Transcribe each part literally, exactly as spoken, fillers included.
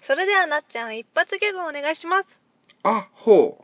それではなっちゃん一発ギャグお願いします。 あ、ほ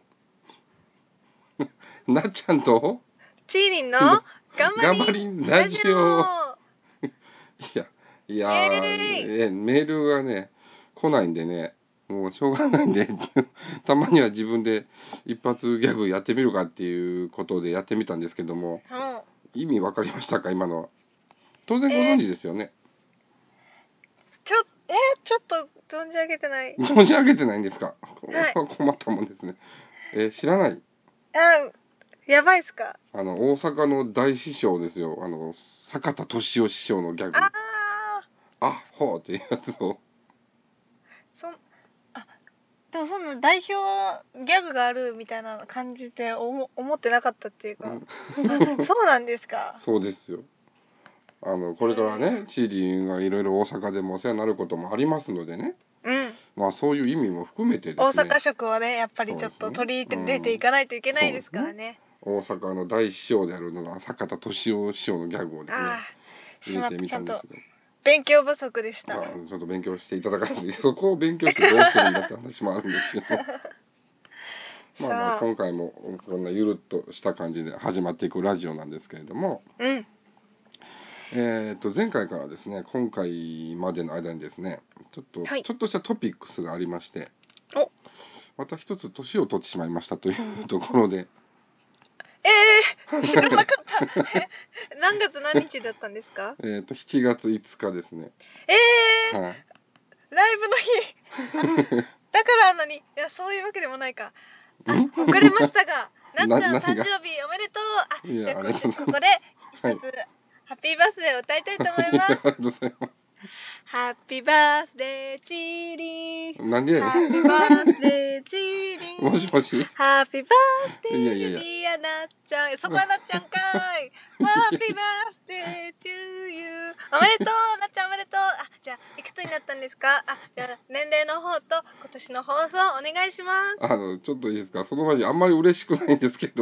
う。なっちゃんとチーリンの頑張りんラジオ。いや、いやー、えメールがね、来ないんでね、もうしょうがないんで、たまには自分で一発ギャグやってみるかっていうことでやってみたんですけども、 うん、 意味わかりましたか、今のは。当然ご存知ですよね。 ちょ、えー、ちょっと存じ上げてない。 存じ上げてないんですか。 はい、 困ったもんですね。えー知らない。 あ、やばいっすか。 あの、大阪の大師匠ですよ。あの、坂田敏夫師匠のギャグ。 ああ、ほうっていうやつを。 そあでもそんな代表ギャグがあるみたいな感じで思思ってなかったっていうか、あ、そうなんですか。 そうですよ。あの、これからね、チーリーがいろいろ大阪でもお世話になることもありますのでね。 うん。 まあそういう意味も含めてですね。 大阪食はね、やっぱりちょっと取り入れていかないといけないですからね。 大阪の大師匠であるのが坂田敏夫師匠のギャグをですね、 ああ、 入れてみたんですけど。 勉強不足でした。 まあ、ちょっと勉強していただかないと、そこを勉強してどうするんだって話もあるんですけど。まあまあ今回もこんなゆるっとした感じで始まっていくラジオなんですけれども、 うん、 えっと前回からですね、今回までの間にですね、ちょっと、はい、ちょっとしたトピックスがありまして、おまた一つ年を取ってしまいましたというところで。 ええー、知らなかった。何月何日だったんですか？ えっとしちがついつかですね。 ええー、はい、ライブの日。だからなのに、いやそういうわけでもないか。あ、遅れましたが、なっちゃん誕生日おめでとう。あ、じゃあここで一つ、はい、ハッピーバースデーを歌いたいと思います。ありがとうございます。ハッピーバースデーチーリン。 なんでやねん。 ハッピーバースデーチーリン。 もしもし。 ハッピーバースデーディアなっちゃん。そこはなっちゃんかーい。ハッピーバースデートゥーユー。おめでとう、なっちゃんおめでとう。あ、じゃあいくつになったんですか？あ、じゃあ年齢の方と今年の放送お願いします。 あのちょっといいですか。その前にあんまり嬉しくないんですけど。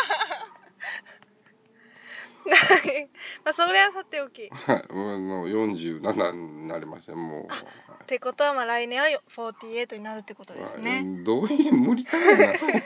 まあそれはさておき。 はい、もうよんじゅうななになりましたもう。 ってことはまあ来年はよんじゅうはちになるってことですね。 どういう無理かな。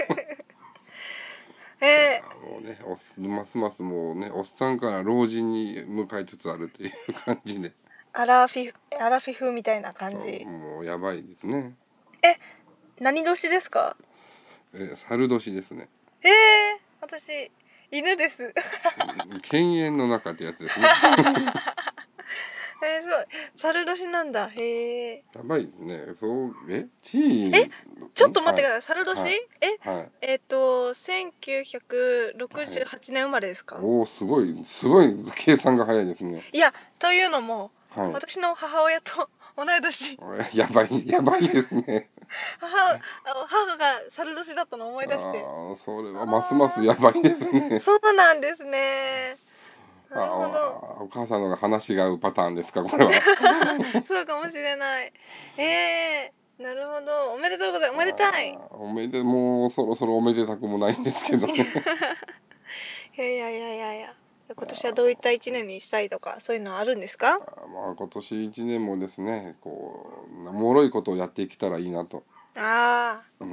えー、もうね、おますますもうね、おっさんから老人に向かいつつあるという感じで。 アラフィフ、アラフィフみたいな感じ。 もうやばいですね。 え、何年ですか？ え、猿年ですね。 えー、私犬です。 犬猿の中ってやつですね。 えー、そう、猿年なんだ。へえ。 やばいですね。そう、え、チー。 え、ちょっと待ってください。猿年？はい、え、はい、えっとせんきゅうひゃくろくじゅうはちねん生まれですか？はい、 おお、すごいすごい計算が早いですね。 いや、というのも、はい、私の母親と同い年。 やばいやばいですね。 母母が猿年だったのを思い出して。 ああ、それはますますやばいですね。 そうなんですね。なるほど。お母さんのが話が合うパターンですか、これは。 そうかもしれない。ええー、なるほど。おめでとうございます。おめでたい。 おめで、もうそろそろおめでたくもないんですけどね。 いやいやいやいやいや。今年はどういった一年にしたいとかそういうのあるんですか？ まあ今年一年もですね、こうおもろいことをやっていけたらいいなと。ああ。うん、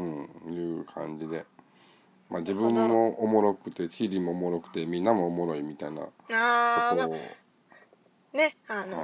いう感じで。まあ、自分もおもろくてチーリーもおもろくてみんなもおもろいみたいなことを、あ、まあ、ね、あの、はい、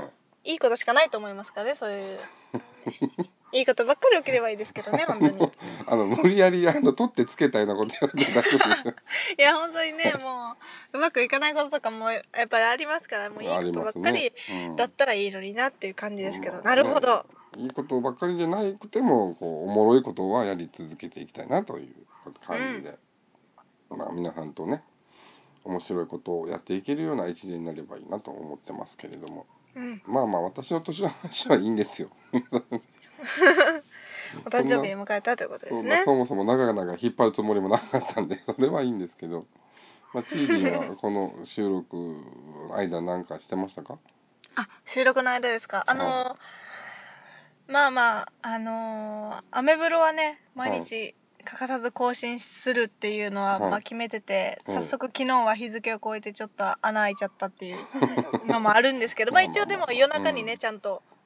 いいことしかないと思いますからね、そういういいことばっかり起きればいいですけどね、本当に。 あの無理やりあの取ってつけたようなことやって大丈夫ですよ。いや本当にね、もううまくいかないこととかもやっぱりありますから、もういいことばっかりだったらいいのになっていう感じですけど、うん、なるほど、 ね。いいことばっかりじゃなくてもこうおもろいことはやり続けていきたいなという感じで。うん、まあ、皆さんとね面白いことをやっていけるような一年になればいいなと思ってますけれども、うん、まあまあ私の年の話はいいんですよ。 お誕生日に迎えたということですね。 そ, まあ、 そもそも長々引っ張るつもりもなかったんでそれはいいんですけど、まあ、チーリーはこの収録の間何かしてましたか？ あ、収録の間ですか。あのーはい、まあまああのー、アメブロはね毎日欠かさず更新するっていうのはまあ決めてて、はい、早速昨日は日付を超えてちょっと穴開いちゃったっていうのもあるんですけどまあ一応でも夜中にねちゃんと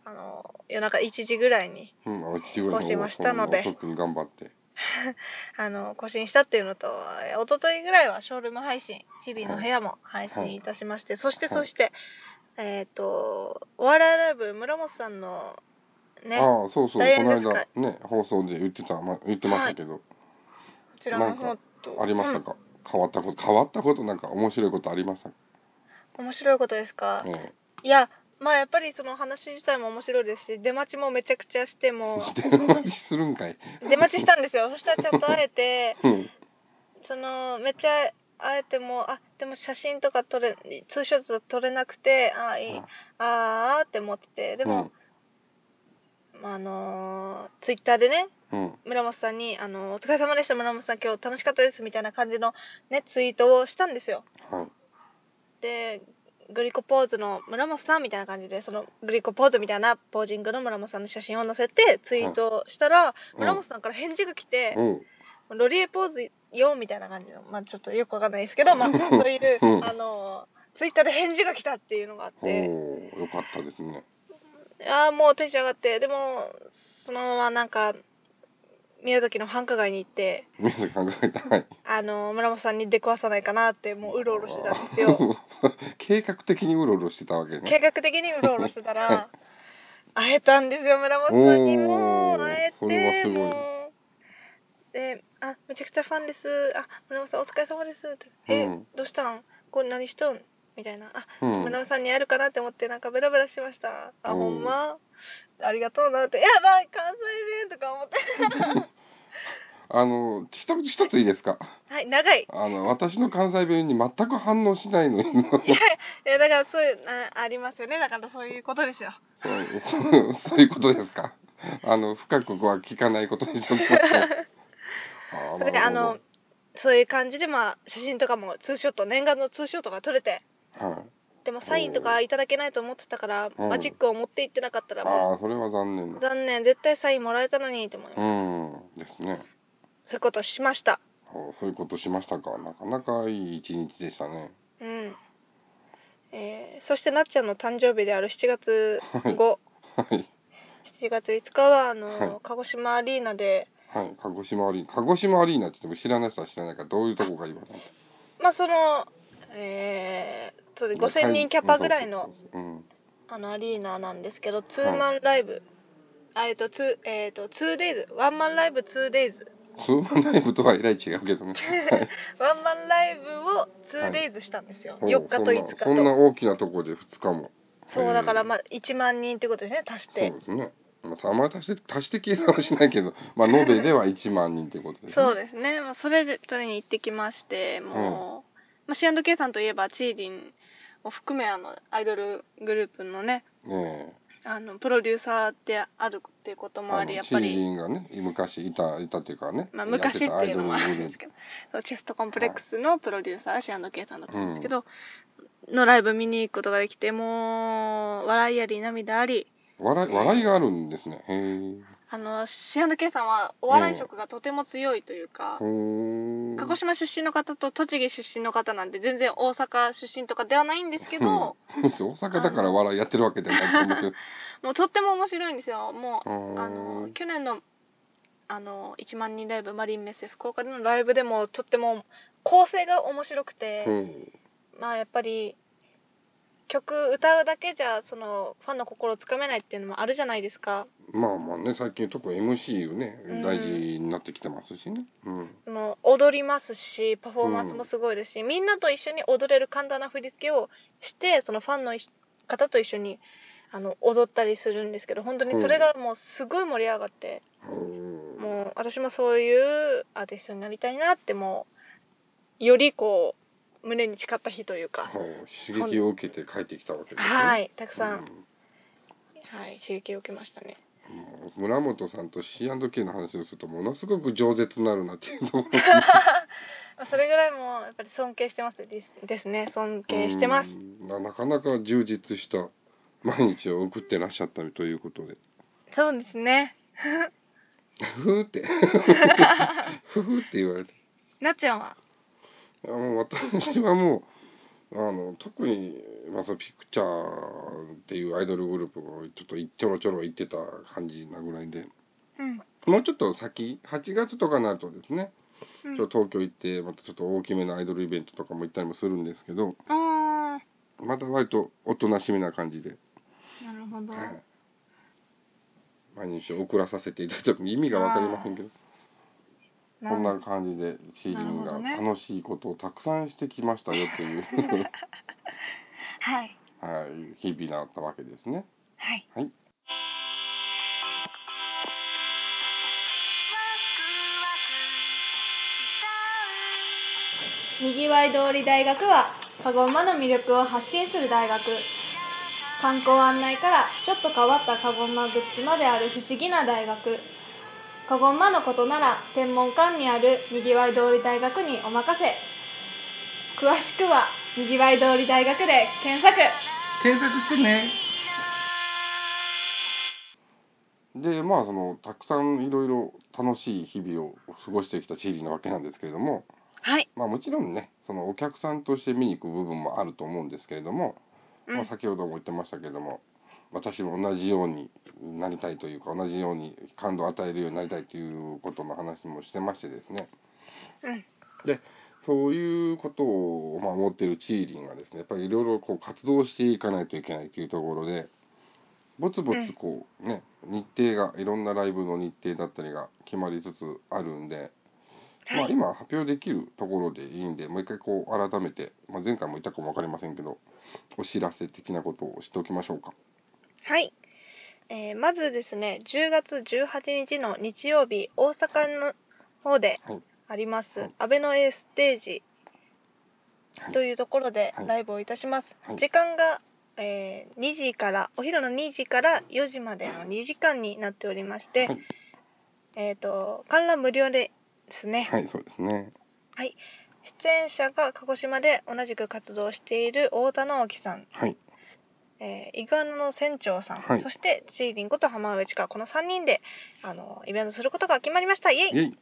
あの夜中いちじぐらいに更新はしたので、 遅くに頑張ってあの更新したっていうのと、一昨日ぐらいはショールーム配信、チビの部屋も配信いたしまして、はい、そしてそして、はい、えっ、ー、とお笑いライブ村本さんのね、 ああそうそう、この間ね放送で言ってた、ま、言ってましたけど、はい、こちらの方とありましたか、うん、変わったこと変わったことなんか面白いことありましたか？ 面白いことですか？ええ、いやまあやっぱりその話自体も面白いですし、出待ちもめちゃくちゃしても出待ちするんかい出待ちしたんですよ。そしたらちゃんと会えて、うん、そのめっちゃ会えても、あでも写真とか撮れツーショット撮れなくて、あいい、ああって思ってて、でも、うん、あのー、ツイッターでね、うん、村本さんに、あのー、お疲れ様でした村本さん今日楽しかったですみたいな感じのねツイートをしたんですよ。はい、でグリコポーズの村本さんみたいな感じで、そのグリコポーズみたいなポージングの村本さんの写真を載せてツイートしたら、はい、村本さんから返事が来て、うん、ロリエポーズよみたいな感じの、まあちょっとよくわかんないですけど、まあそういう、うん、あのツイッターで返事が来たっていうのがあって、 およかったですね。 いやもうテンション上がって、でもそのままなんか宮崎の繁華街に行って、 宮崎繁華街、はい、 あの村本さんに出くわさないかなってもううろうろしてたんですよ。 計画的にうろうろしてたわけね。 計画的にうろうろしてたら、はい、会えたんですよ、村本さんにも会えて、 それはすごい。 もうで、あめちゃくちゃファンです、あ村本さんお疲れ様ですって、うん、えどうしたんこれ何しとんみたいな、あ、うん、村本さんに会えるかなって思ってなんかベラベラしました、あほんまありがとうなって、いやばい関西弁とか思ってあの一つ一ついいですか？ はい、長い。 あの私の関西弁に全く反応しないのに。いやいやだからそういうあありますよね。だからそういうことですよ。 そうそうそういうことですか。あの深くは聞かないことにしておきましょう。 あそれであのそういう感じでまあ写真とかもツーショット念願のツーショットが撮れて。はい。でもサインとかいただけないと思ってたから、うん、マジックを持って行ってなかったらもう、 ああそれは残念だ。 残念、絶対サインもらえたのにと思います。 うんですね。 そういうことしました。 そういうことしましたか。なかなかいい一日でしたね。 うん。えー、そしてなっちゃんの誕生日であるしちがつご、はいはい、しちがついつかはあの、はい、鹿児島アリーナで、 はい、鹿児島アリーナ、鹿児島アリーナって言っても知らない人は知らないからどういうとこがいいわね。 まあそのえー、そうでごせんにんキャパぐらいの、うん、あのアリーナなんですけど、ツーマンライブ、はい、えっとツーえっとツーデイズ、ワンマンライブツーデイズ。 ツーマンライブとはえらい違うけどね。 ワンマンライブをツーデイズしたんですよ。はい、よっかといつかと。 そんな大きなところでふつかも。 そうだからまあいちまんにんってことですね、足して。 そうですね。まあ、あまり足して足して計算はしないけど、まあ延べではいちまんにんということですね。 そうですね。まあそれでそれに行ってきまして、もう、うん、まあ シーアンドケー さんといえばチーリンを含めあのアイドルグループのね。ねあのプロデューサーであるっていうこともあり、やっぱりチーリンがね昔いたいたっていうかね、 まあ、昔っていうのもあるんですけど、そうチェストコンプレックスのプロデューサーが シーアンドケー さんだったんですけど、うん、のライブ見に行くことができて、もう笑いあり涙あり、 笑い笑いがあるんですね。へえ。 あの シーアンドケー さんはお笑い色がとても強いというか、うん、鹿児島出身の方と栃木出身の方なんで全然大阪出身とかではないんですけど、うん、 大阪だから笑いやってるわけじゃないと思うけどもうとっても面白いんですよ。もうあの去年のあのいちまんにんライブマリンメッセ福岡でのライブでもとっても構成が面白くて、うん、まあやっぱり曲歌うだけじゃそのファンの心をつかめないっていうのもあるじゃないですか。 まあまあね、最近特に エムシー をね、うん、大事になってきてますしね、うん、 もう踊りますしパフォーマンスもすごいですし、うん、みんなと一緒に踊れる簡単な振り付けをしてそのファンの方と一緒にあの踊ったりするんですけど、本当にそれがもうすごい盛り上がって、うん、もう私もそういうアーティストになりたいなってもうよりこう胸に誓った日というか、 刺激を受けて帰ってきたわけですね。 はい、たくさん、うん、はい、刺激を受けましたね。 村本さんと シーアンドケー の話をするとものすごく饒舌になるなっていうのそれぐらいもやっぱり尊敬してますですね。尊敬してます。 な, なかなか充実した毎日を送ってらっしゃったということで。 そうですね。 ふーってふふって言われて。 なっちゃんは？ いやもう私はもあの特に、まあ、そのピクチャーっていうアイドルグループがちょっとちょろちょろ言ってた感じなぐらいで、 うん、 もうちょっと先はちがつとかになるとですね、 うん、 ちょっと東京行ってまたちょっと大きめのアイドルイベントとかも行ったりもするんですけど、 あまた割とおとなしめな感じで、 ー、なるほど。 はい、毎日送らさせていただいて、意味が分かりませんけど、こんな感じでシーリンが楽しいことをたくさんしてきましたよというはい、 はい、日々だったわけですね。 はい、 はい。 にぎわい通り大学はカゴ馬の魅力を発信する大学。観光案内からちょっと変わったカゴ馬グッズまである不思議な大学。カゴ馬のことなら天文館にあるにぎわい通り大学にお任せ。詳しくはにぎわい通り大学で検索検索してね。でまあそのたくさんいろいろ楽しい日々を過ごしてきたチーリーなわけなんですけれども、 はい、 まあもちろんねそのお客さんとして見に行く部分もあると思うんですけれども、 うん、 まあ、先ほども言ってましたけれども、私も同じようになりたいというか同じように感動を与えるようになりたいということの話もしてましてですね、 うん、 でそういうことを、まあ、思っているチーリンがですねやっぱりいろいろこう活動していかないといけないというところでぼつぼつこうね、うん、日程がいろんなライブの日程だったりが決まりつつあるんで、はい、まあ今発表できるところでいいんでもう一回こう改めて、まあ、前回も言ったかも分かりませんけどお知らせ的なことをしておきましょうか。 はい、えー、まずですねじゅうがつじゅうはちにちの日曜日大阪の方であります、はい、アベノ A ステージというところでライブをいたします、はいはい、時間が、えー、にじからお昼のにじからよじまでのにじかんになっておりまして、はい、えっと観覧無料でですね。 はい、そうですね。 はい、出演者が鹿児島で同じく活動している太田直樹さん、 はい、 えー、イグアナの船長さん、はい、そしてチーリンこと浜上千佳、このさんにんであのイベントすることが決まりました。イエイ、イエイ、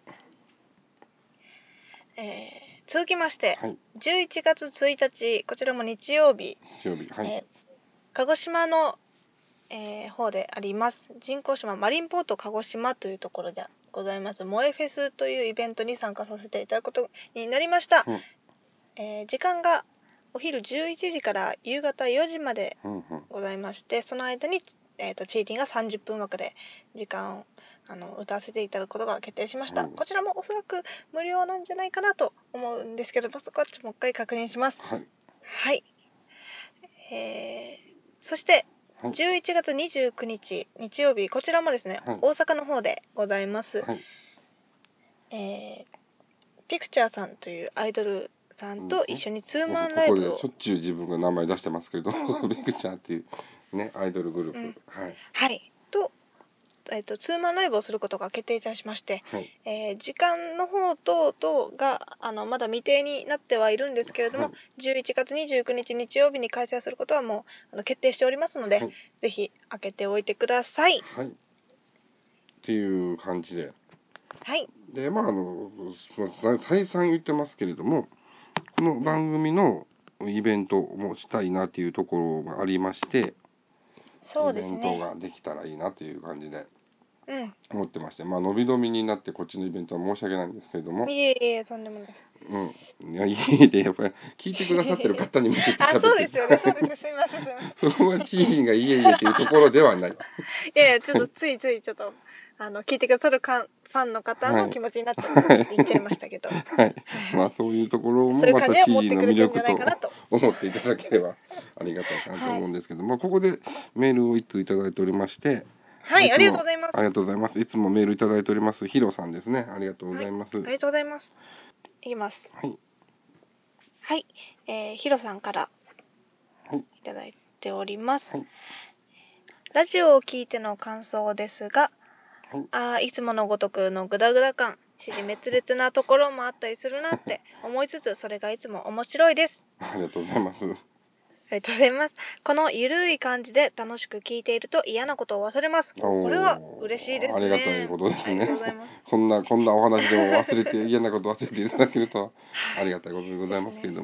えー、続きまして、はい、じゅういちがつついたちこちらも日曜日、 日曜日、はい、 えー、鹿児島の、えー、方であります人工島マリンポート鹿児島というところでございます萌えフェスというイベントに参加させていただくことになりました、うん、えー、時間がお昼じゅういちじから夕方よじまでございまして、うんうん、その間に、えーと、チーリンがさんじゅっぷん枠で時間をあの歌わせていただくことが決定しました、うん、こちらもおそらく無料なんじゃないかなと思うんですけど、そこはちょっともう一回確認します。 はい、 はい、えー、そしてじゅういちがつにじゅうくにち日曜日こちらもですね、はい、大阪の方でございます、はい、えー、ピクチャーさんというアイドルさんと一緒にツーマンライブを、 ここでしょっちゅう自分が名前出してますけれどピクチャーっていうねアイドルグループ、うん、はい、 はい、とえー、とツーマンライブをすることが決定いたしまして、はい、えー、時間の方等々があのまだ未定になってはいるんですけれども、はい、じゅういちがつにじゅうくにち日曜日に開催することはもうあの決定しておりますので、はい、ぜひ開けておいてください。 はい、っていう感じで、 はい、 でまああの再三言ってますけれどもこの番組のイベントもしたいなっていうところがありまして、そうですね、イベントができたらいいなという感じで思ってまして、うん、まあ伸び伸びになってこっちのイベントは申し訳ないんですけれども、 いえいえとんでもない、 うん、いやいいでやっぱり聞いてくださってる方に向けてあ、そうですよね、そうです、すみませんすみませんそこはチーリンがいえいえっていうところではないいやいやちょっとついついちょっとあの聞いてくださるかファンの方の気持ちになっちゃって、はい、言っちゃいましたけど、はいはい、まあそういうところもまたチーリンの魅力と思っていただければありがたいかなと思うんですけども、はい、ここでメールを一通いただいておりまして、 はい、ありがとうございます。 ありがとうございます。いつもメールいただいておりますヒロさんですね。ありがとうございます。 はい、ありがとうございます。いきます。 はい。 はい、えー、ヒロさんからいただいております。はい、ラジオを聞いての感想ですが、はい、あいつものごとくのグダグダ感、支持滅裂なところもあったりするなって思いつつ、それがいつも面白いです。 ありがとうございます。 ありがとうございます。このゆるい感じで楽しく聞いていると嫌なことを忘れます。これは嬉しいですね。 ありがたいことですね。こんなこんなお話でも忘れて嫌なこと忘れていただけるとありがたいことでございますけれども。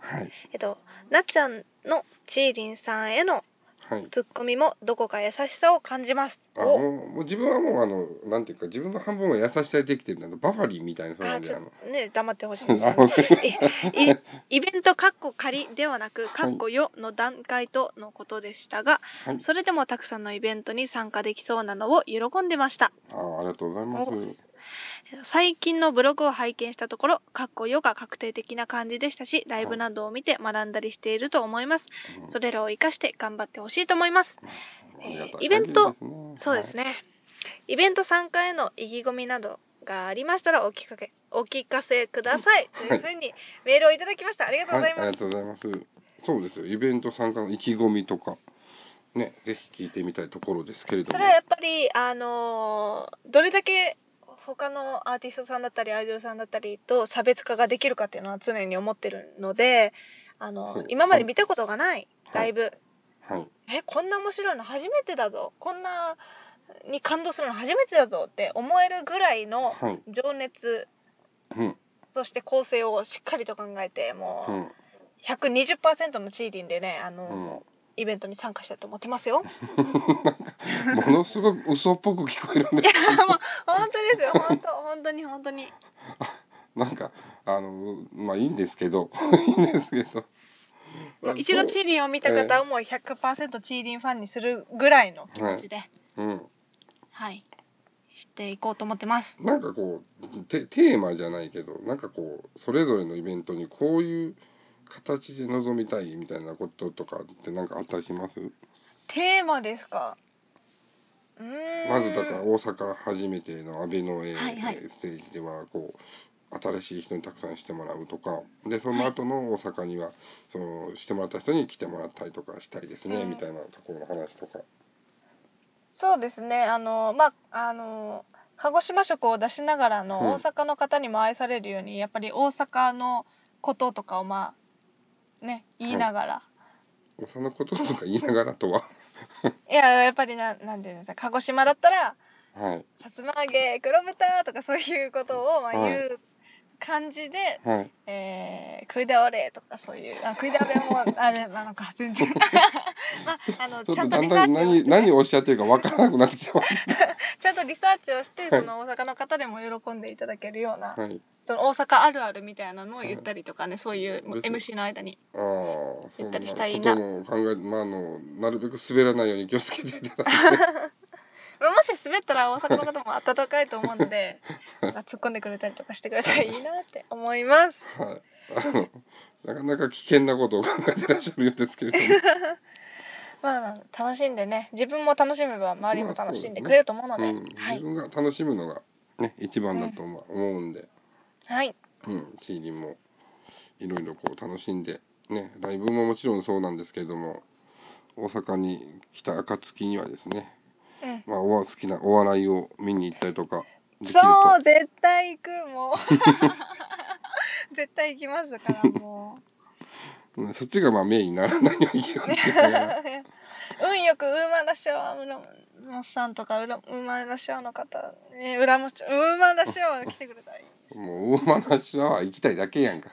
はい、 えっとなっちゃんのちーりんさんへのツッコミもどこか優しさを感じます。 あもうもう自分はもうあのなんていうか自分の半分は優しさでできてるのでバファリンみたいなそうなんであのね黙ってほしいんですけどいイベントカッコ仮ではなくカッコよの段階とのことでしたが、はい、それでもたくさんのイベントに参加できそうなのを喜んでました。 あありがとうございます。 最近のブログを拝見したところかっこよが確定的な感じでしたし、ライブなどを見て学んだりしていると思います、うん、それらを生かして頑張ってほしいと思います、うんえー、イベント、ね、そうですね、はい、イベント参加への意気込みなどがありましたらお聞かけお聞かせください、はい、というふうにメールをいただきました。ありがとうございます、はい、 ありがとうございます。そうですよ、イベント参加の意気込みとかね、ぜひ聞いてみたいところですけれども、 それはやっぱりあのー、どれだけ他のアーティストさんだったりアイドルさんだったりと差別化ができるかっていうのは常に思ってるので、あの今まで見たことがないライブ、はいはい、えこんな面白いの初めてだぞ、こんなに感動するの初めてだぞって思えるぐらいの情熱、はい、そして構成をしっかりと考えてもう、うん、ひゃくにじゅっパーセント のチーリンでねあの、うんイベントに参加したいと思ってますよ。 ものすごく嘘っぽく聞こえるんですけど。 いやもう本当ですよ、本当本当に本当に。 なんかあのまあいいんですけどいいんですけど。 一度チーリンを見た方はもう ひゃくパーセント チーリンファンにするぐらいの気持ちで、はい、うん、はい、していこうと思ってます。 なんかこうテーマじゃないけど、なんかこうそれぞれのイベントにこういう形で臨みたいみたいなこととかって何かあったりします？ テーマですか。 うーんまずだから大阪初めてのアベノ A、はいはい、ステージではこう新しい人にたくさんしてもらうとかで、その後の大阪には、はい、そのしてもらった人に来てもらったりとかしたいですね、うん、みたいなところの話とか。 そうですね、あのまああの鹿児島色を出しながらの大阪の方にも愛されるように、うん、やっぱり大阪のこととかをまあね言いながら、はい、大阪のこととか言いながらとはいややっぱりななんていうんですか、鹿児島だったら、はい、さつま揚げ黒豚とかそういうことをまあ言う感じで、はい、えー、食い倒れとかそういうあ食い倒れもあれなのか全然まああのちゃんとリサーチをして、ね、 何をおっしゃってるかわからなくなってきましたちゃんとリサーチをして、その大阪の方でも喜んでいただけるような、はい、その大阪あるあるみたいなのを言ったりとかね、はい、そういう エムシー の間に言ったりしたいな。 そんなことも考え、まあ、あのなるべく滑らないように気をつけていただいてもし滑ったら大阪の方も温かいと思うので突っ込んでくれたりとかしてくれたらいいなって思います。 はい、あのなかなか危険なことを考えてらっしゃるようですけれどもまあ楽しんでね、自分も楽しめば周りも楽しんでくれると思うので、まあねうんはい、自分が楽しむのがね一番だと思うんで、 うん、はい、 うん、チーリンもいろいろこう楽しんでね、ライブももちろんそうなんですけれども、大阪に来た暁にはですね、うん、まあお好きなお笑いを見に行ったりとかできると。 そう絶対行くもう絶対行きますからもう、うん、そっちがまあメインにならないように気をつけながら運よくウーマンラッシュアワー村本さんとかウーマンラッシュアワーの方、ね、裏もウーマンラッシュアワー来てくれたらいいもうウーマンラッシュアワー行きたいだけやんか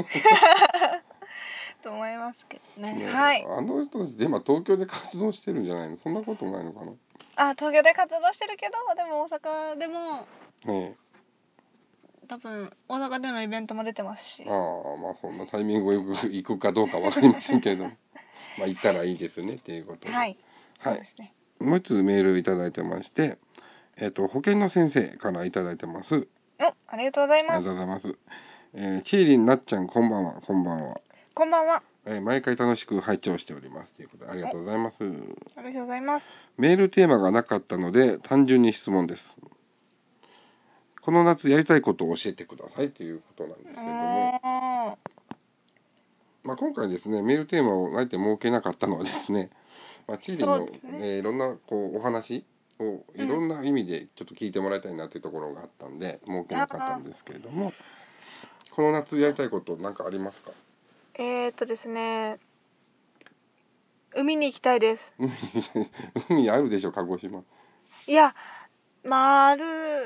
と思いますけどね。ね、はい。 あの人たち今東京で活動してるんじゃないの？そんなことないのかな。 あ、東京で活動してるけど、でも大阪でも、ね、多分大阪でのイベントも出てますし。 ああ、まあそんなタイミングをよく行くかどうかわかりませんけれどもまあ行ったらいいですねっていうことで。はい。はい。そうですね。もう一つメールいただいてまして、えっと保健の先生からいただいてます。 お、ありがとうございます。 ありがとうございます。えー、チーリンなっちゃんこんばんは、こんばんは。 こんばんは。 えー、毎回楽しく拝聴しておりますということでありがとうございます。 ありがとうございます。 メールテーマがなかったので単純に質問です。この夏やりたいことを教えてくださいということなんですけれども、まあ、今回ですねメールテーマをあえて設けなかったのはですね、まあ、チーリンの、ねえー、いろんなこうお話をいろんな意味でちょっと聞いてもらいたいなというところがあったんで設けなかったんですけれども、この夏やりたいこと何かありますか？ えー、っとですね海に行きたいです。 海あるでしょ鹿児島。 いやまあある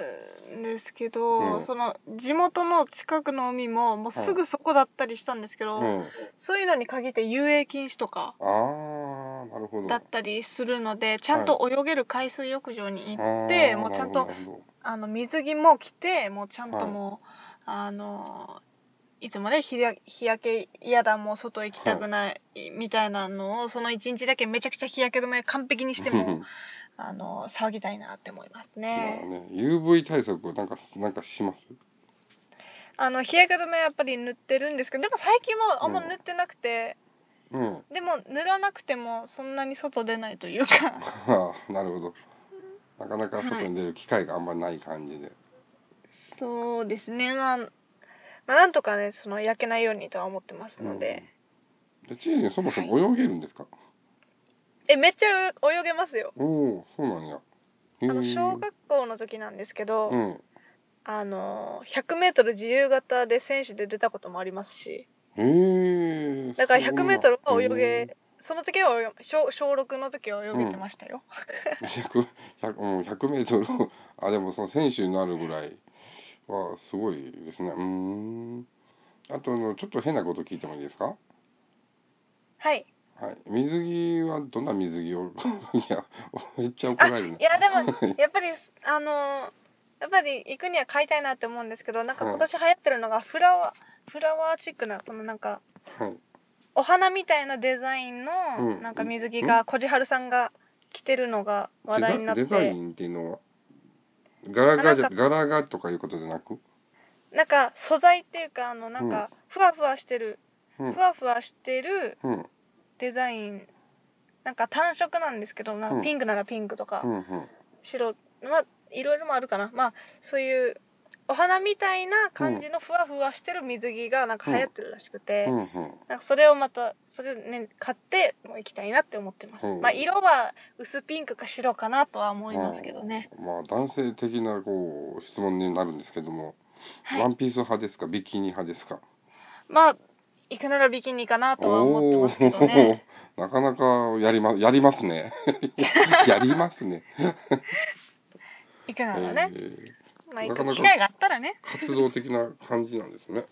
んですけど、 うん、 その地元の近くの海ももうすぐそこだったりしたんですけど、 うん、 そういうのに限って遊泳禁止とかああ、なるほど。 だったりするので、ちゃんと泳げる海水浴場に行って、 はい、 もうちゃんとなるほど、なるあの水着も着て、もうちゃんほど。はい。 ともう、あのいつもね、日や日焼け嫌だ、もう外行きたくないみたいなのを、その一日だけめちゃくちゃ日焼け止め完璧にしてもあの騒ぎたいなって思いますまあね。 ね、ユーブイ 対策をなんか、なんかします？ あの日焼け止めやっぱり塗ってるんですけど、でも最近はあんま塗ってなくて、 うん。 でも塗らなくてもそんなに外出ないというかああ、なるほど。なかなかはい、 外に出る機会があんまりない感じで。 そうですね、まあ、まあ、なんとかね、その焼けないようにとは思ってますうん。 ので。 で、チーズそもそはい、 も泳げるんですか？ え、めっちゃ泳げますよ。 おお、そうなんや。へあの小え。 学校の時なんですけど、 うん。 あのひゃくメートル自由形で選手で出たこともありますし、 へえ、 だから100メそんな。 ートルは泳へえ。 げ、その時は泳げ小、小ろくの時は泳げてうん。 ましたよ。 ひゃく、ひゃく、うん、ひゃくメートルあ、でもその選手になるぐらいはすごいですね。うーん。あと、あのちょっと変なこと聞いてもいいですか？ はい。 はい。水着はどんな水着をいや、めっちゃ怒あ、 られるね。 いやでもやっぱりあのやっぱり行くには買いたいなって思うんですけど、なんかはい。 今年流行ってるのがフラワーフラワーチックな、そのなんかはい。 お花みたいなデザインのうん。 なんか水着んがこじはるさんが着てるのが話デザ、 題になって、 デザインっていうのは、柄がじゃ、 あなんか柄がとかいうことじゃなく？ なんか素材っていうか、あのなうん。 んかふわふわしてるうん。 ふわふわしてるうん。 デザイン、なんか単色なんですけど、なんかうん。 ピンクならピンクとかうん。うん。 白、まあいろいろもあるかな。まあそういうお花みたいなうん。 感じのふわふわしてる水着がなんかうん。 流行ってるらしくて、 うん。 なんかそれをまたそれね買ってもう行きたいなって思ってます。まあう色は薄ピンクか白かなとは思いん。 ますけどね。 まあ、男性的な、こう、質問になるんですけども、 はい。 ワンピース派ですか、ビキニ派ですか？ まあ行くならビキニかなとは思っておますけどね。 ー、なかなかやりま、やりますね。やりますね。 行くならね。 えまあー、なかなか行く機会があったらね。 活動的な感じなんですね。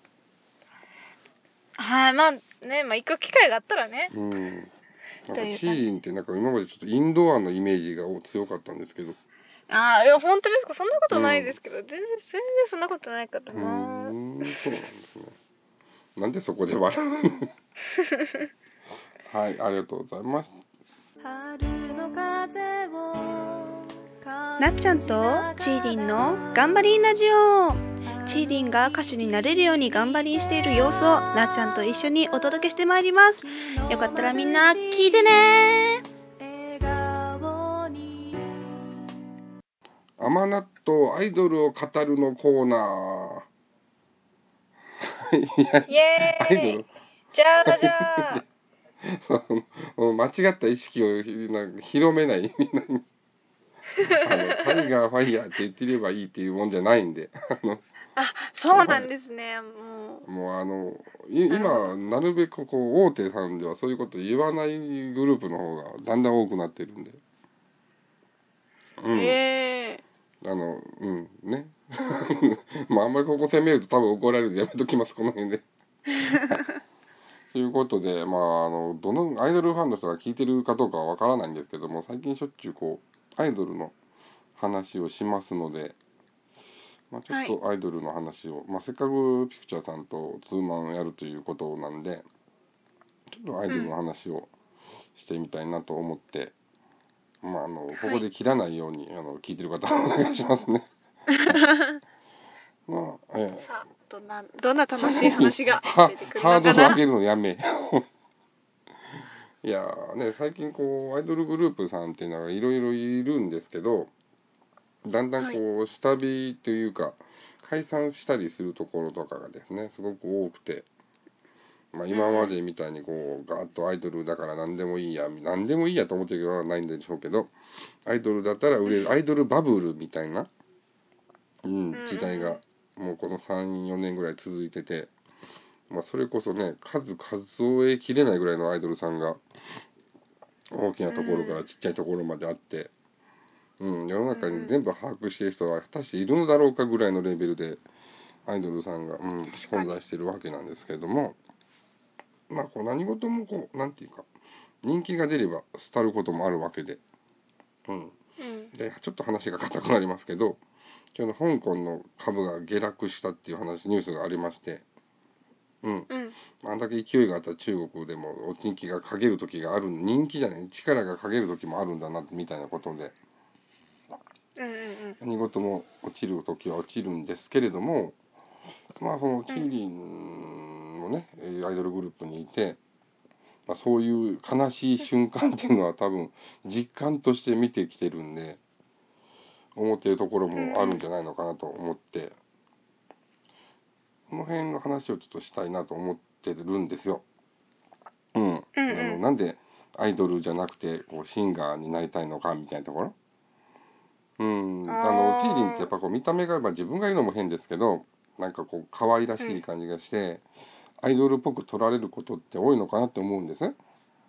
はい、まあね、まあ行く機会があったらね。 うん。なんとかチいう感じ。 ーリンってなんか今までちょっとインドアのイメージが強かったんですけど。 ああ、いや、本当ですか？そんなことないでうん。 すけど、全然、全然そんなことないからうーな。 ん、そうなんですね。なんでそこで笑うの？はい、ありがとうございます。 なっちゃんとチーリンの頑張りんラジオ。チーリンが歌手になれるように頑張りんしている様子をなっちゃんと一緒にお届けしてまいります。よかったらみんな聞いてね。 甘納豆アイドルを語るのコーナー。いや、 イエアイドルーイ。じゃあじゃあ。 そう間違った意識をなんか広めないみんなにあのタイガーファイヤーって言ってればいいっていうもんじゃないんであのあ、そうなんですね。ももうあのう、なるほど。 今なるべくこう大手さんではそういうこと言わないグループの方がだんだん多くなってるんで、うん、 へえ。 あのうんねまああんまりここ責めると多分怒られるんでやめときますこの辺で。はい。ということで、まあ、あの、どのアイドルファンの人が聞いてるかどうかはわからないんですけども、最近しょっちゅうこう、アイドルの話をしますので、まあ、ちょっはい。 とアイドルの話を、まあ、せっかくピクチャーさんとツーマンやるということなんで、ちょっとアイドルのうん。 話をしてみたいなと思って、まあ、あの、こはい。 こで切らないように、あの、聞いてる方お願いしますね。まあ、えさあ、どんな、どんな楽しいー、 話がは出てくるハードのかな。 ル上げるのやめ。いやーね、最近こう、アイドルグループさんっていうのがいろいろいるんですけど、だんだんはい。 こう、下火というか、解散したりするところとかがですね、すごく多くて、まあ今まうん。 でみたいにこう、ガーッとアイドルだから何でもいいや、何でもいいやと思ってるわけはないんでしょうけど、アイドルだったら売れる、アイドルバブルみたいな、ううん。 ん、 うん。 時代が、もうこのさん、よねんぐらい続いてて、まあそれこそね、数数えきれないぐらいのアイドルさんが、大きなうところからん。 ちっちゃいところまであって、 うん、世の中に全部把握している人は果たしているのだろうかぐらいのレベルでアイドルさんが、うん、存在しているわけなんですけれども、まあこう何事もこうなんていうか人気が出れば廃ることもあるわけで、うん、でちょっと話が硬くなりますけど、今日の香港の株が下落したっていう話ニュースがありまして、うん、 うん、 あんだけ勢いがあった中国でも人気が陰る時がある、人気じゃない力が陰る時もあるんだなみたいなことで、 うんうんうん、 何事も落ちる時は落ちるんですけれども、まあそのチーリンのねアイドルグループにいて、まあ、そういう悲しい瞬間っていうのは多分実感として見てきてるんで、思っているところもあるんじゃないのかなと思って、この辺の話をちょっとしたいなと思ってるんですよ。うん。 うんうん、 あのなんでアイドルじゃなくてこうシンガーになりたいのかみたいなところ。うん。あのチーリンってやっぱこう見た目が、まあ、自分が言うのも変ですけど、なんかこう可愛らしい感じがして、うん、アイドルっぽく撮られることって多いのかなって思うんですね。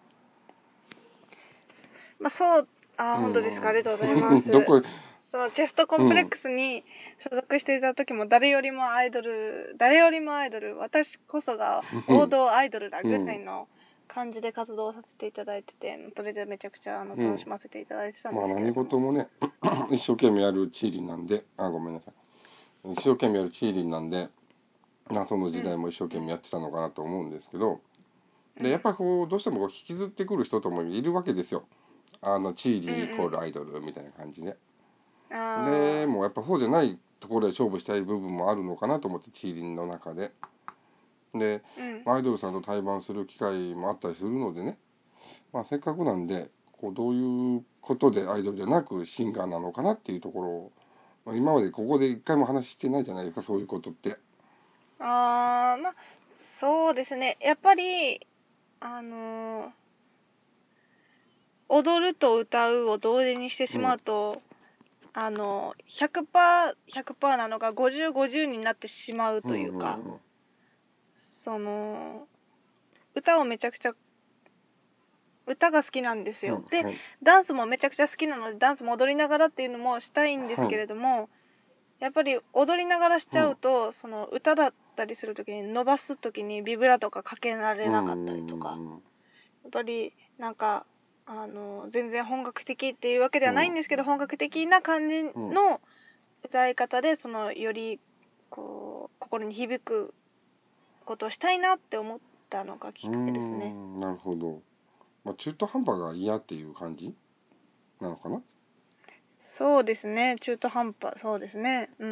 まあそう、あ、本当ですか、ありがとうございます。 どこそのチェストコンプレックスに所属していた時も誰よりもアイドル、誰よりもアイドル、私こそが王道アイドルだぐらいの感じで活動させていただいてて、それでめちゃくちゃあの楽しませていただいてたんですけど、うん、まあ何事もね一生懸命やるチーリンなんで、あ、ごめんなさい、一生懸命やるチーリンなんで、まあ、その時代も一生懸命やってたのかなと思うんですけど、うん、でやっぱこうどうしてもこう引きずってくる人ともいるわけですよ。あのチーリンイコールアイドルみたいな感じで、うんうん、でもうやっぱそうじゃないところで勝負したい部分もあるのかなと思って、チーリンの中でで、うん、アイドルさんと対バンする機会もあったりするのでね、まあ、せっかくなんでこうどういうことでアイドルじゃなくシンガーなのかなっていうところを、まあ、今までここで一回も話してないじゃないですか、そういうことって。 あー、まあそうですね、やっぱりあのー、踊ると歌うを同時にしてしまうと、うん、あの ひゃくパーセント、ひゃくパーセント なのがごじゅう、ごじゅうになってしまうというか、うんうんうん、その歌をめちゃくちゃ歌が好きなんですよ、うん、で、はい、ダンスもめちゃくちゃ好きなのでダンスも踊りながらっていうのもしたいんですけれども、はい、やっぱり踊りながらしちゃうと、うん、その歌だったりする時に伸ばす時にビブラとかかけられなかったりとか、うんうんうん、やっぱりなんかあの全然本格的っていうわけではないんですけど、うん、本格的な感じの歌い方でそのよりこう心に響くことをしたいなって思ったのがきっかけですね。 うん、なるほど。まあ、中途半端が嫌っていう感じなのかな。 そうですね、中途半端、そうですね、うん。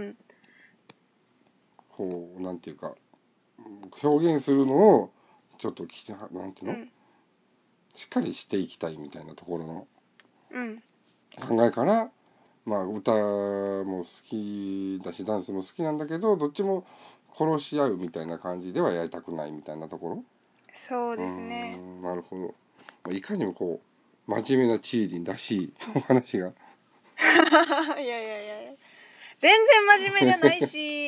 こうなんていうか表現するのをちょっときなんていうの、うん、しっかりしていきたいみたいなところの考えから、うん、まあ歌も好きだしダンスも好きなんだけど、どっちも殺し合うみたいな感じではやりたくないみたいなところ。 そうですね。 うん、なるほど。いかにもこう真面目なチーリンらしいお話が。 いやいやいや。全然真面目じゃないし。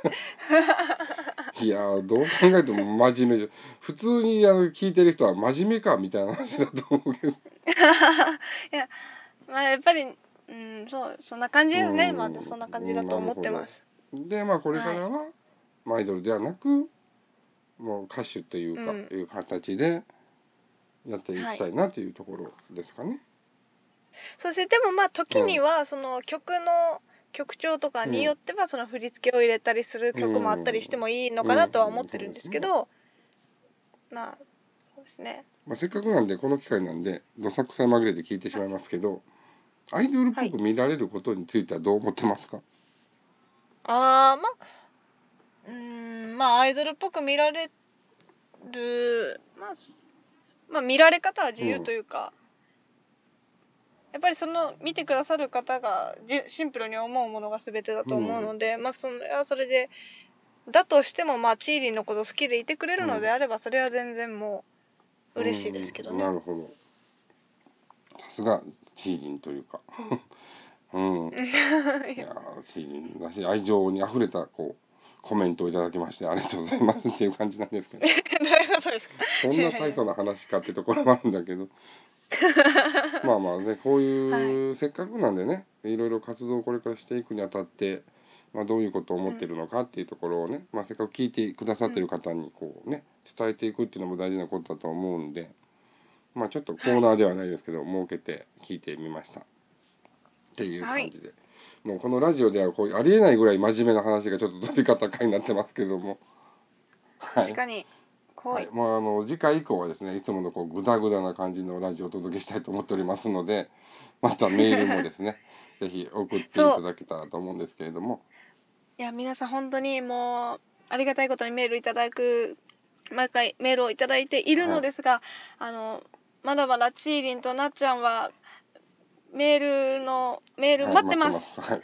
いやどう考えても真面目じゃ、普通にあの聞いてる人は真面目かみたいな話だと思うけど。いや、まあやっぱり、うん、そうそんな感じですね。まあそんな感じだと思ってます。 でまあこれからは、はい、アイドルではなくもう歌手というか、うん、いう形でやっていきたいなというところですかね。はい、 そしてでもまあ時にはその曲の曲調とかによってはその振り付けを入れたりする曲もあったりしてもいいのかなとは思ってるんですけど、まあそうですね。 まあ、せっかくなんでこの機会なんでどさくさまぐれで聞いてしまいますけど、アイドルっぽく見られることについてはどう思ってますか？はい、 ああまあうーんまあアイドルっぽく見られる、まあ、まあ見られ方は自由というか、うん、やっぱりその見てくださる方がシンプルに思うものが全てだと思うので、うん、まあそれはそれでだとしてもまあチーリンのこと好きでいてくれるのであれば、それは全然もう嬉しいですけどね。 うん、なるほど。さすがチーリンというか、うん、いやチーリンだし愛情にあふれたこうコメントをいただきましてありがとうございますっていう感じなんですけど。 どういうことですか？ そんな大層な話かってところもあるんだけど、 まあまあね、こういう、 はせっかくなんでね、いろいろ活動をこれからしていくにあたって、まあ、どういうことを思ってるのかっていうところをね、まあ、せっかく聞いてくださってる方にこうね、伝えていくっていうのも大事なことだと思うんで、まあちょっとコーナーではないですけど、設けて聞いてみましたっていう感じで、もうこのラジオではこうありえないぐらい真面目な話がちょっと飛び方かになってますけども、はい、 確かにはい、まああの次回以降はですね、いつものこうグダグダな感じのラジオをお届けしたいと思っておりますので、またメールもですねぜひ送っていただけたらと思うんですけれども、 いや皆さん本当にもうありがたいことにメールいただく毎回メールをいただいているのですが、はい、あのまだまだちーりんとなっちゃんはメールのメール待ってます、はい、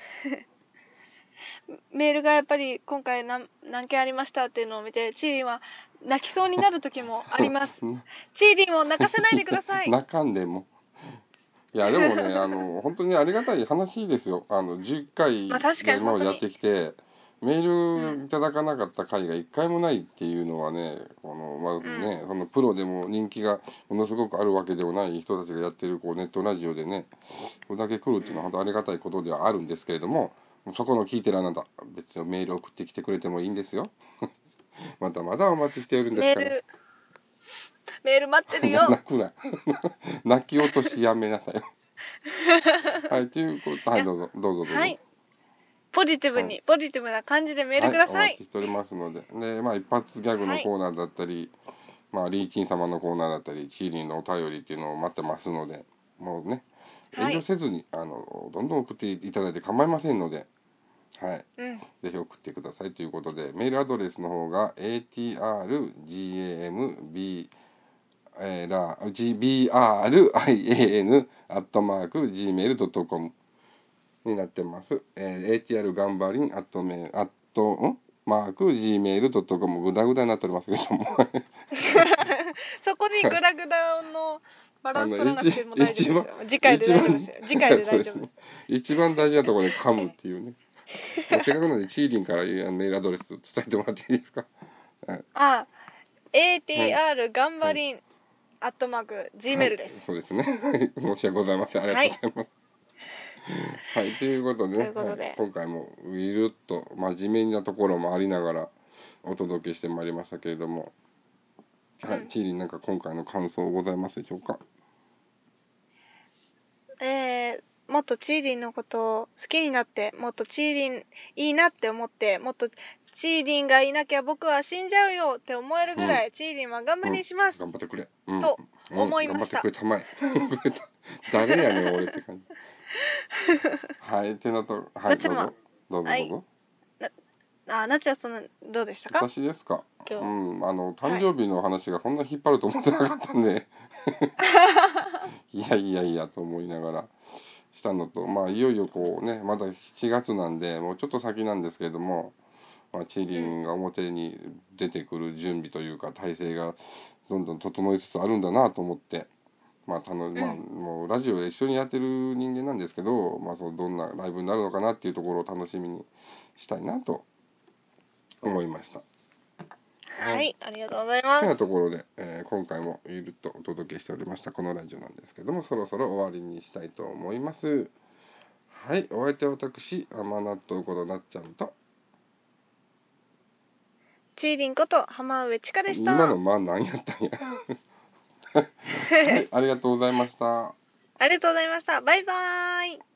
メールがやっぱり今回 何, 何件ありましたっていうのを見てちーりんは泣きそうになる時もありますちーりんを泣かせないでください泣かんでもいやでもねあの本当にありがたい話ですよ。あのじゅっかいで今までやってきて、メールいただかなかった回がいっかいもないっていうのはね、このまずね、うん、そのプロでも人気がものすごくあるわけでもない人たちがやってるこうネットラジオでね、これだけ来るっていうのは本当ありがたいことではあるんですけれども、そこの聞いてるあなた、別にメール送ってきてくれてもいいんですよ。まだまだお待ちしているんですから。 メールメール待ってるよ。 泣くな。泣き落としやめなさい。はい、ということ、はい、どうぞ、どうぞどうぞ。はい。 ポジティブに、はい、ポジティブな感じでメールください。はい、 お待ちしておりますので。で、まあ、一発ギャグのコーナーだったり、はい、まあ、リーチン様のコーナーだったり、チーリーのお便りっていうのを待ってますので、もうね、遠慮せずに、はい、あの、どんどん送っていただいて構いませんので、はい、うん、ぜひ送ってくださいということで、メールアドレスの方が エーティーアールジーエーエムビーえー、ラ ジービーアールアイエーエヌ アットマーク ジーメール ドットコム になってます。えー、エーティーアール ガンバリンアットメアットんマーク ジーメール ドットコム グダグダになっておりますけどもそこにグダグダのバランス取らなくても大丈夫ですよ。次回で大丈夫ですよ。次回で大丈夫です。 一番大事なところで噛むっていうね。せっかくなのでチーリンからメールアドレス伝えてもらっていいですか。 はい、あ、エーティーアール ガンバリン、はいアットマーク Gmail です、はい、 そうですね申し訳ございません、ありがとうございますはい、はい、ということでね、はい、今回もゆるっと真面目なところもありながらお届けしてまいりましたけれども、うん、はい、チーリンなんか今回の感想ございますでしょうか。 えー、もっとチーリンのことを好きになって、もっとチーリンいいなって思って、もっとチーリンがいなきゃ僕は死んじゃうよって思えるぐらい、うん、チーリンは頑張りします、 うん、頑張ってくれ、うん、 と思いました、 うん、頑張ってくれたまえ誰やねん俺って感じはいってなとはいどうぞどうぞどうぞ、はい、 なあなっちゃんそのどうでしたか。 私ですか。うんあの誕生日の話がこんな引っ張ると思ってなかったんで、はい、いやいやいやと思いながらしたのと、まあいよいよこうねまだしちがつなんでもうちょっと先なんですけれども、まあ、チーリンが表に出てくる準備というか体制がどんどん整いつつあるんだなと思って、まあたのまあ、もうラジオで一緒にやってる人間なんですけど、まあ、そうどんなライブになるのかなっていうところを楽しみにしたいなと思いました。 はい、はい、ありがとうございます。 というところで、えー、今回もゆるっとお届けしておりましたこのラジオなんですけども、そろそろ終わりにしたいと思います。はい、お相手は私甘納豆ことなっちゃんとチーリンこと浜上千佳でした。 今のまあ何やったんやはい、ありがとうございました。 ありがとうございました。バイバーイ。